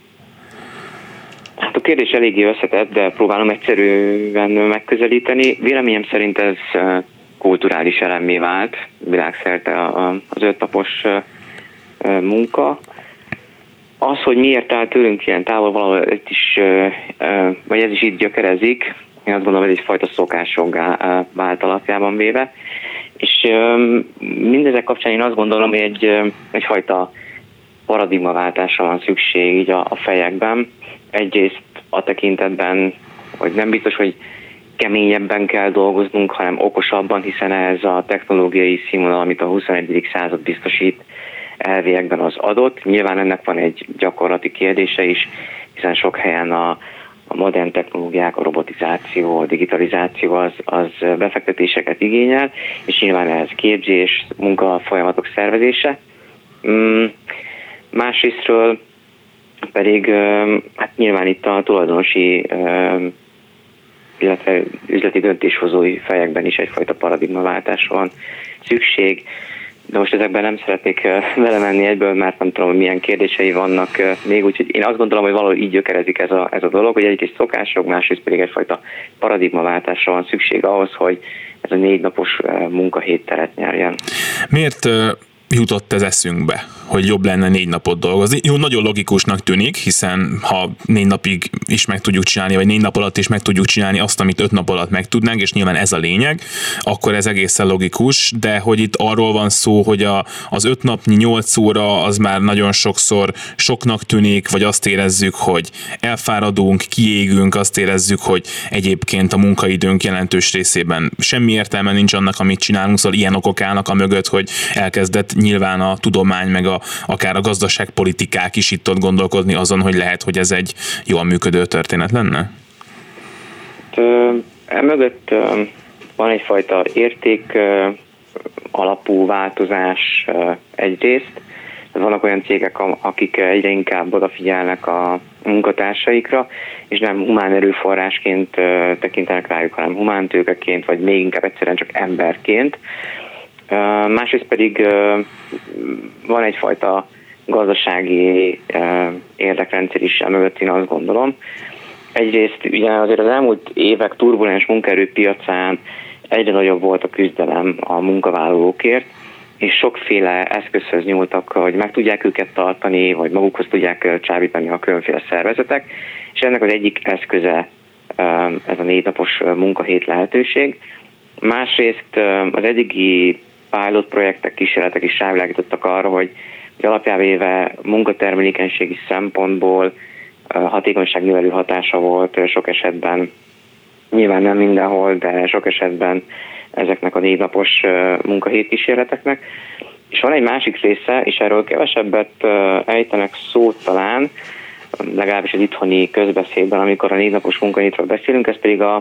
Hát a kérdés eléggé összetett, de próbálom egyszerűen megközelíteni. Véleményem szerint ez kulturális elemmé vált világszerte az 5 napos munka. Az, hogy miért áll tőlünk ilyen távol, valahol vagy ez is itt gyökerezik, én azt gondolom, ez egyfajta szokásoggá vált alapjában véve. És mindezek kapcsán én azt gondolom, hogy egyfajta paradigmaváltásra van szükség így a fejekben. Egyrészt a tekintetben, hogy nem biztos, hogy keményebben kell dolgoznunk, hanem okosabban, hiszen ez a technológiai színvonal, amit a 21. század biztosít, elviekben az adott. Nyilván ennek van egy gyakorlati kérdése is, hiszen sok helyen a modern technológiák, a robotizáció, a digitalizáció az befektetéseket igényel, és nyilván ehhez képzés, munkafolyamatok szervezése. Másrésztről pedig hát nyilván itt a tulajdonosi, illetve üzleti döntéshozói fejekben is egyfajta paradigmaváltásra van szükség. De most ezekben nem szeretnék belemenni egyből, mert nem tudom, hogy milyen kérdései vannak még, úgyhogy én azt gondolom, hogy valahogy így gyökerezik ez a dolog, hogy egyrészt szokások, másrészt pedig egyfajta paradigmaváltásra van szükség ahhoz, hogy ez a 4 napos munkahét teret nyerjen. Miért jutott ez eszünkbe, hogy jobb lenne 4 napot dolgozni? Jó, nagyon logikusnak tűnik, hiszen ha 4 napig is meg tudjuk csinálni, vagy 4 nap alatt is meg tudjuk csinálni azt, amit 5 nap alatt meg tudnánk, és nyilván ez a lényeg, akkor ez egészen logikus, de hogy itt arról van szó, hogy az 5 napnyi 8 óra az már nagyon sokszor soknak tűnik, vagy azt érezzük, hogy elfáradunk, kiégünk, azt érezzük, hogy egyébként a munkaidőnk jelentős részében semmi értelme nincs annak, amit csinálunk, szóval ilyen okok állnak a mögött, hogy elkezdett nyilván a tudomány, meg akár a gazdaságpolitikák is itt ott gondolkodni azon, hogy lehet, hogy ez egy jól működő történet lenne? Emögött van egyfajta érték alapú változás egyrészt. Vannak olyan cégek, akik egyre inkább odafigyelnek a munkatársaikra, és nem humán erőforrásként tekintenek rájuk, hanem humántőkeként, vagy még inkább egyszerűen csak emberként. Másrészt pedig van egyfajta gazdasági érdekrendszer is emögött, én azt gondolom. Egyrészt ugye azért az elmúlt évek turbulens munkaerőpiacán egyre nagyobb volt a küzdelem a munkavállalókért, és sokféle eszközhöz nyúltak, hogy meg tudják őket tartani, vagy magukhoz tudják csábítani a különféle szervezetek, és ennek az egyik eszköze ez a 4 napos munkahét lehetőség. Másrészt az eddigi pilot projektek, kísérletek is rávilágítottak arra, hogy alapjában véve munkatermelékenységi szempontból hatékonyságnövelő hatása volt sok esetben, nyilván nem mindenhol, de sok esetben ezeknek a 4 napos munkahét kísérleteknek. És van egy másik része, és erről kevesebbet ejtenek szót talán, legalábbis az itthoni közbeszédben, amikor a 4 napos munkahétről beszélünk, ez pedig a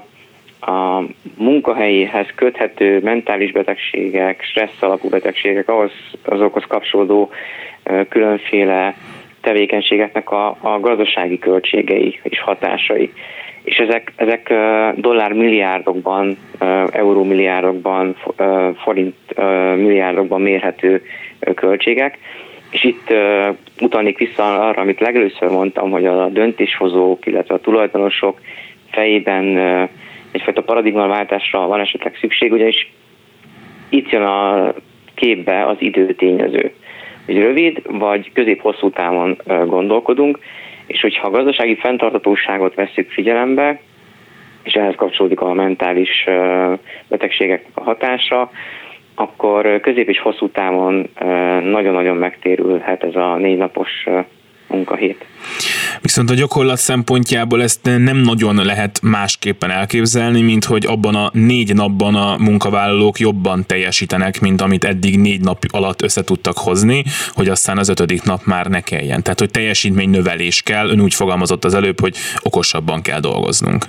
munkahelyéhez köthető mentális betegségek, stressz alapú betegségek, azokhoz kapcsolódó különféle tevékenységeknek a gazdasági költségei és hatásai. És ezek dollármilliárdokban, eurómilliárdokban, forint milliárdokban mérhető költségek. És itt utalnék vissza arra, amit legelőször mondtam, hogy a döntéshozók, illetve a tulajdonosok fejében egyfajta paradigmaváltásra van esetleg szükség, ugyanis itt jön a képbe az időtényező. Hogy rövid vagy közép-hosszú távon gondolkodunk, és hogyha a gazdasági fenntarthatóságot vesszük figyelembe, és ehhez kapcsolódik a mentális betegségeknek a hatása, akkor közép- és hosszú távon nagyon-nagyon megtérülhet ez a 4 napos munkahét. Viszont a gyakorlat szempontjából ezt nem nagyon lehet másképpen elképzelni, mint hogy abban a 4 napban a munkavállalók jobban teljesítenek, mint amit eddig 4 nap alatt össze tudtak hozni, hogy aztán az 5. nap már ne kelljen. Tehát, hogy teljesítménynövelés kell, ön úgy fogalmazott az előbb, hogy okosabban kell dolgoznunk.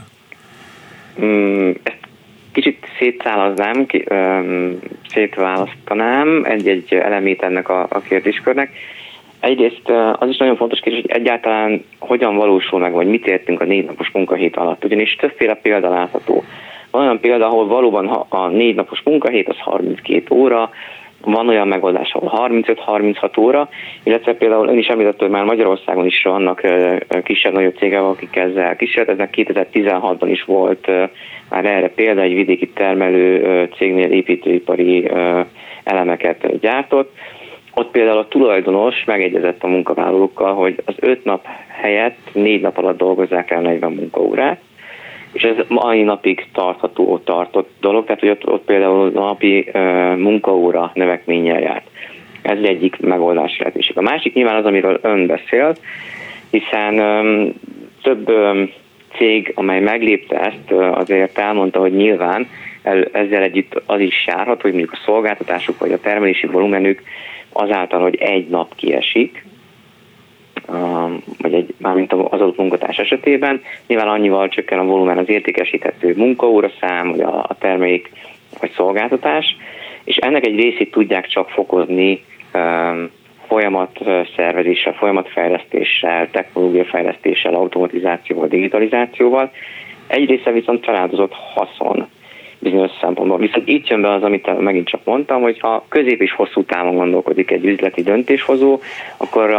Ezt kicsit szétszálaznám, szétválasztanám egy-egy elemét ennek a kérdéskörnek. Egyrészt az is nagyon fontos kérdés, hogy egyáltalán hogyan valósul meg, vagy mit értünk a 4 napos munkahét alatt. Ugyanis többféle példa látható. Van olyan példa, ahol valóban a 4 napos munkahét az 32 óra, van olyan megoldás, ahol 35-36 óra, illetve például ön is említett, hogy már Magyarországon is vannak kisebb-nagyobb cégek, akik ezzel kísérleteznek. 2016-ban is volt már erre példa, egy vidéki termelő cégnél építőipari elemeket gyártott. Ott például a tulajdonos megegyezett a munkavállalókkal, hogy az 5 nap helyett 4 nap alatt dolgozzák el 40 munkaórát, és ez mai napig tartott dolog, tehát hogy ott például a napi munkaóra növekménnyel járt. Ez egyik megoldási lehetőség. A másik nyilván az, amiről ön beszélt, hiszen több cég, amely meglépte ezt, azért elmondta, hogy nyilván ezzel együtt az is járhat, hogy mondjuk a szolgáltatásuk vagy a termelési volumenük azáltal, hogy 1 nap kiesik, vagy mármint az adott munkatárs esetében. Nyilván annyival csökken a volumen az értékesíthető munkaóraszám, vagy a termék vagy szolgáltatás, és ennek egy részét tudják csak fokozni folyamatszervezéssel, folyamatfejlesztéssel, technológiafejlesztéssel, automatizációval, digitalizációval. Egy része viszont feláldozott haszon bizonyos szempontból. Viszont itt jön be az, amit megint csak mondtam, hogy ha közép és hosszú távon gondolkodik egy üzleti döntéshozó, akkor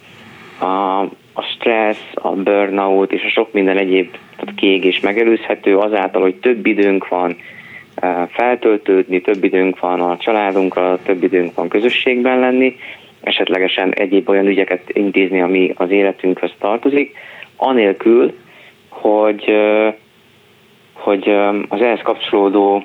a stressz, a burnout és a sok minden egyéb kiégés megelőzhető azáltal, hogy több időnk van feltöltődni, több időnk van a családunkra, több időnk van közösségben lenni, esetlegesen egyéb olyan ügyeket intézni, ami az életünkhöz tartozik, anélkül, hogy az ehhez kapcsolódó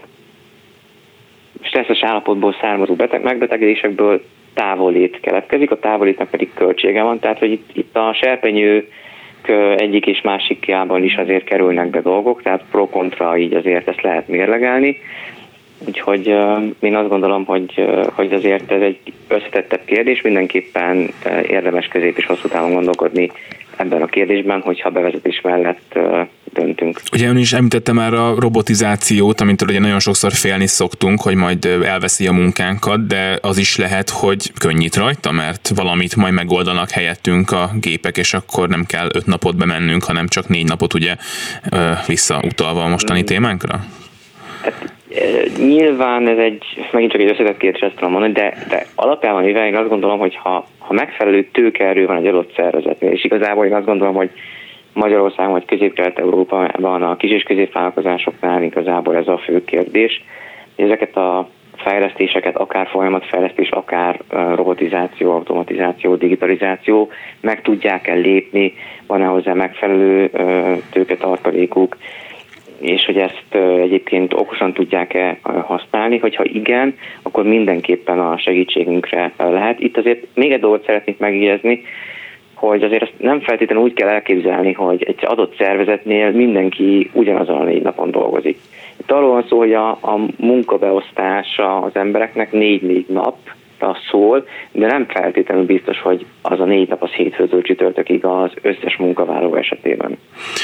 stresszes állapotból származó megbetegedésekből távolét keletkezik, a távolétnek pedig költsége van, tehát hogy itt a serpenyő egyik és másikjában is azért kerülnek be dolgok, tehát pro-kontra így azért ezt lehet mérlegelni. Úgyhogy én azt gondolom, hogy azért ez egy összetettebb kérdés, mindenképpen érdemes közép és hosszú távon gondolkodni ebben a kérdésben, hogyha bevezetés mellett döntünk. Ugye ön is említette már a robotizációt, amintől ugye nagyon sokszor félni szoktunk, hogy majd elveszi a munkánkat, de az is lehet, hogy könnyít rajta, mert valamit majd megoldanak helyettünk a gépek, és akkor nem kell 5 napot bemennünk, hanem csak 4 napot ugye visszautalva a mostani témánkra? Hát, nyilván ez megint csak egy összetett kérdés, ezt tudom mondani, de alapjában mivel én azt gondolom, hogy ha megfelelő tőkeerő van egy adott szervezetnél, és igazából én azt gondolom, hogy Magyarországon vagy Közép-Kelet-Európában a kis és középvállalkozásoknál igazából ez a fő kérdés, hogy ezeket a fejlesztéseket, akár folyamatfejlesztés, akár robotizáció, automatizáció, digitalizáció meg tudják-e lépni, van-e hozzá megfelelő tőketartalékuk, és hogy ezt egyébként okosan tudják-e használni, hogyha igen, akkor mindenképpen a segítségünkre lehet. Itt azért még egy dolgot szeretnék megjegyezni, hogy azért ezt nem feltétlenül úgy kell elképzelni, hogy egy adott szervezetnél mindenki ugyanazon a 4 napon dolgozik. Itt arról van szó, hogy a munkabeosztása az embereknek 4-4 napra szól, de nem feltétlenül biztos, hogy az a 4 nap az hétfőtől csütörtökig az összes munkavállaló esetében.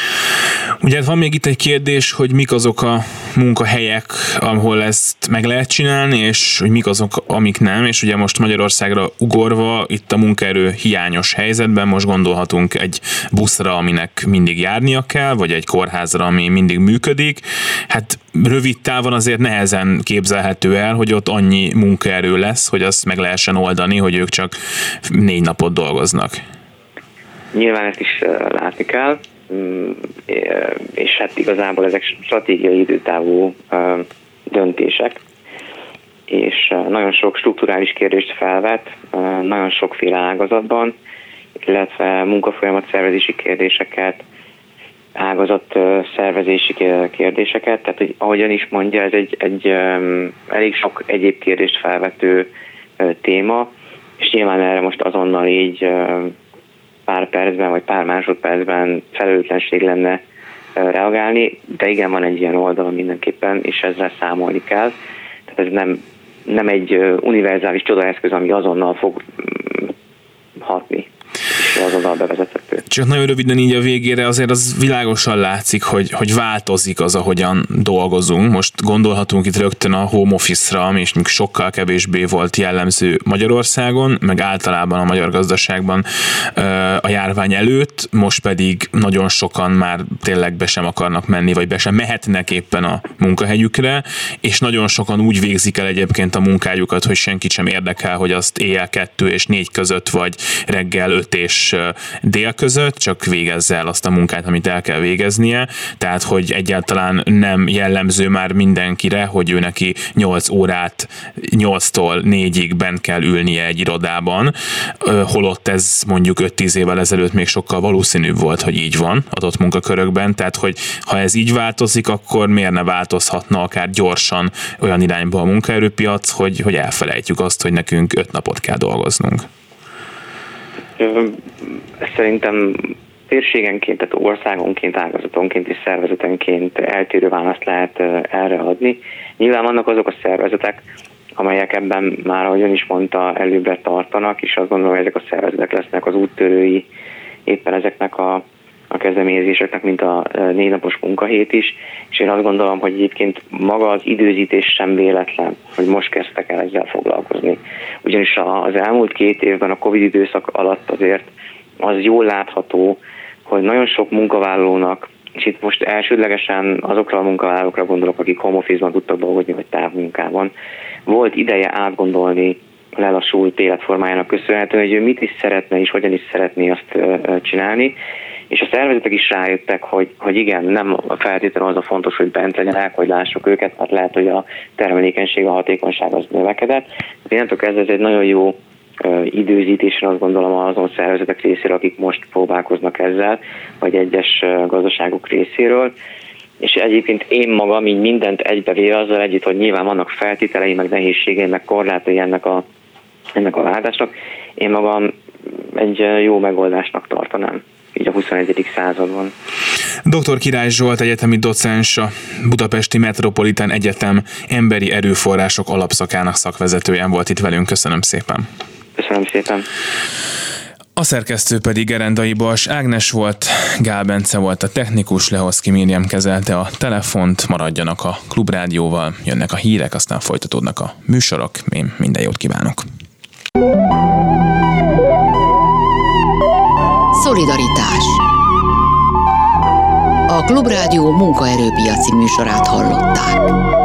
Ugye van még itt egy kérdés, hogy mik azok a munkahelyek, ahol ezt meg lehet csinálni, és hogy mik azok, amik nem, és ugye most Magyarországra ugorva, itt a munkaerő hiányos helyzetben most gondolhatunk egy buszra, aminek mindig járnia kell, vagy egy kórházra, ami mindig működik. Hát rövid távon azért nehezen képzelhető el, hogy ott annyi munkaerő lesz, hogy azt meg lehessen oldani, hogy ők csak 4 napot dolgoznak. Nyilván ezt is látni kell, és hát igazából ezek stratégiai időtávú döntések, és nagyon sok strukturális kérdést felvet, nagyon sokféle ágazatban, illetve munkafolyamatszervezési kérdéseket, ágazatszervezési kérdéseket, tehát hogy ahogyan is mondja, ez egy elég sok egyéb kérdést felvető téma, és nyilván erre most azonnal így pár percben vagy pár másodpercben felelőtlenség lenne reagálni, de igen, van egy ilyen oldala mindenképpen, és ezzel számolni kell. Tehát ez nem egy univerzális csodaeszköz, ami azonnal fog hatni, és azonnal bevezethető. Csak nagyon röviden így a végére azért az világosan látszik, hogy változik az, ahogyan dolgozunk. Most gondolhatunk itt rögtön a home office-ra, ami is sokkal kevésbé volt jellemző Magyarországon, meg általában a magyar gazdaságban a járvány előtt, most pedig nagyon sokan már tényleg be sem akarnak menni, vagy be sem mehetnek éppen a munkahelyükre, és nagyon sokan úgy végzik el egyébként a munkájukat, hogy senkit sem érdekel, hogy azt éjjel 2 és 4 között, vagy reggel 5 és dél között, csak végezze el azt a munkát, amit el kell végeznie, tehát hogy egyáltalán nem jellemző már mindenkire, hogy ő neki 8 órát 8-tól 4-ig bent kell ülnie egy irodában, holott ez mondjuk 5-10 évvel ezelőtt még sokkal valószínűbb volt, hogy így van adott munkakörökben, tehát hogy ha ez így változik, akkor miért ne változhatna akár gyorsan olyan irányba a munkaerőpiac, hogy elfelejtjük azt, hogy nekünk 5 napot kell dolgoznunk. Szerintem térségenként, tehát országonként, ágazatonként és szervezetenként eltérő választ lehet erre adni. Nyilván vannak azok a szervezetek, amelyek ebben már, ahogy ön is mondta, előbbre tartanak, és azt gondolom, hogy ezek a szervezetek lesznek az úttörői éppen ezeknek a kezdeményezéseknek, mint a 4 napos munkahét is, és én azt gondolom, hogy egyébként maga az időzítés sem véletlen, hogy most kezdtek el ezzel foglalkozni. Ugyanis az elmúlt 2 évben a Covid időszak alatt azért az jól látható, hogy nagyon sok munkavállalónak, és itt most elsődlegesen azokra a munkavállalókra gondolok, akik home office-ban tudtak dolgozni, vagy távmunkában, volt ideje átgondolni a lelassult életformájának köszönhetően, hogy ő mit is szeretne és hogyan is szeretné azt csinálni, és a szervezetek is rájöttek, hogy igen, nem feltétlenül az a fontos, hogy bent legyenek, hogy lássuk őket, mert lehet, hogy a termelékenység, a hatékonyság az növekedett. Innentől kezdve ez egy nagyon jó időzítésre, azt gondolom, azon szervezetek részéről, akik most próbálkoznak ezzel, vagy egyes gazdaságok részéről. És egyébként én magam így mindent egybevéve azzal együtt, hogy nyilván vannak feltételei, meg nehézségei, meg korlátai ennek a váltásnak, én magam egy jó megoldásnak tartanám így a 21. században. Dr. Király Zsolt egyetemi docens, a Budapesti Metropolitán Egyetem emberi erőforrások alapszakának szakvezetője volt itt velünk. Köszönöm szépen. Köszönöm szépen. A szerkesztő pedig Gerendai Bals Ágnes volt, Gál Bence volt a technikus, Lehoszki Miriam kezelte a telefont, maradjanak a Klubrádióval, jönnek a hírek, aztán folytatódnak a műsorok. Én minden jót kívánok. Szolidaritás. A Klubrádió munkaerőpiaci műsorát hallották.